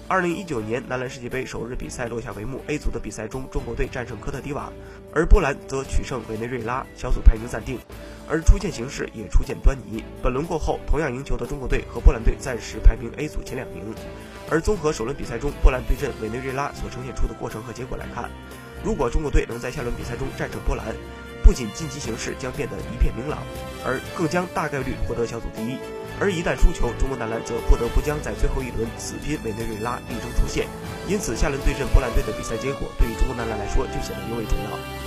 2019年男篮世界杯首日比赛落下帷幕 ，A 组的比赛中，中国队战胜科特迪瓦，而波兰则取胜委内瑞拉，小组排名暂定。而出线形势也初见端倪。本轮过后，同样赢球的中国队和波兰队暂时排名 A 组前2名。而综合首轮比赛中波兰对阵委内瑞拉所呈现出的过程和结果来看，如果中国队能在下轮比赛中战胜波兰，不仅晋级形势将变得一片明朗，而更将大概率获得小组第一。而一旦输球，中国男篮则不得不将在最后一轮死拼委内瑞拉，力争出线。因此，下轮对阵波兰队的比赛结果对于中国男篮来说就显得尤为重要。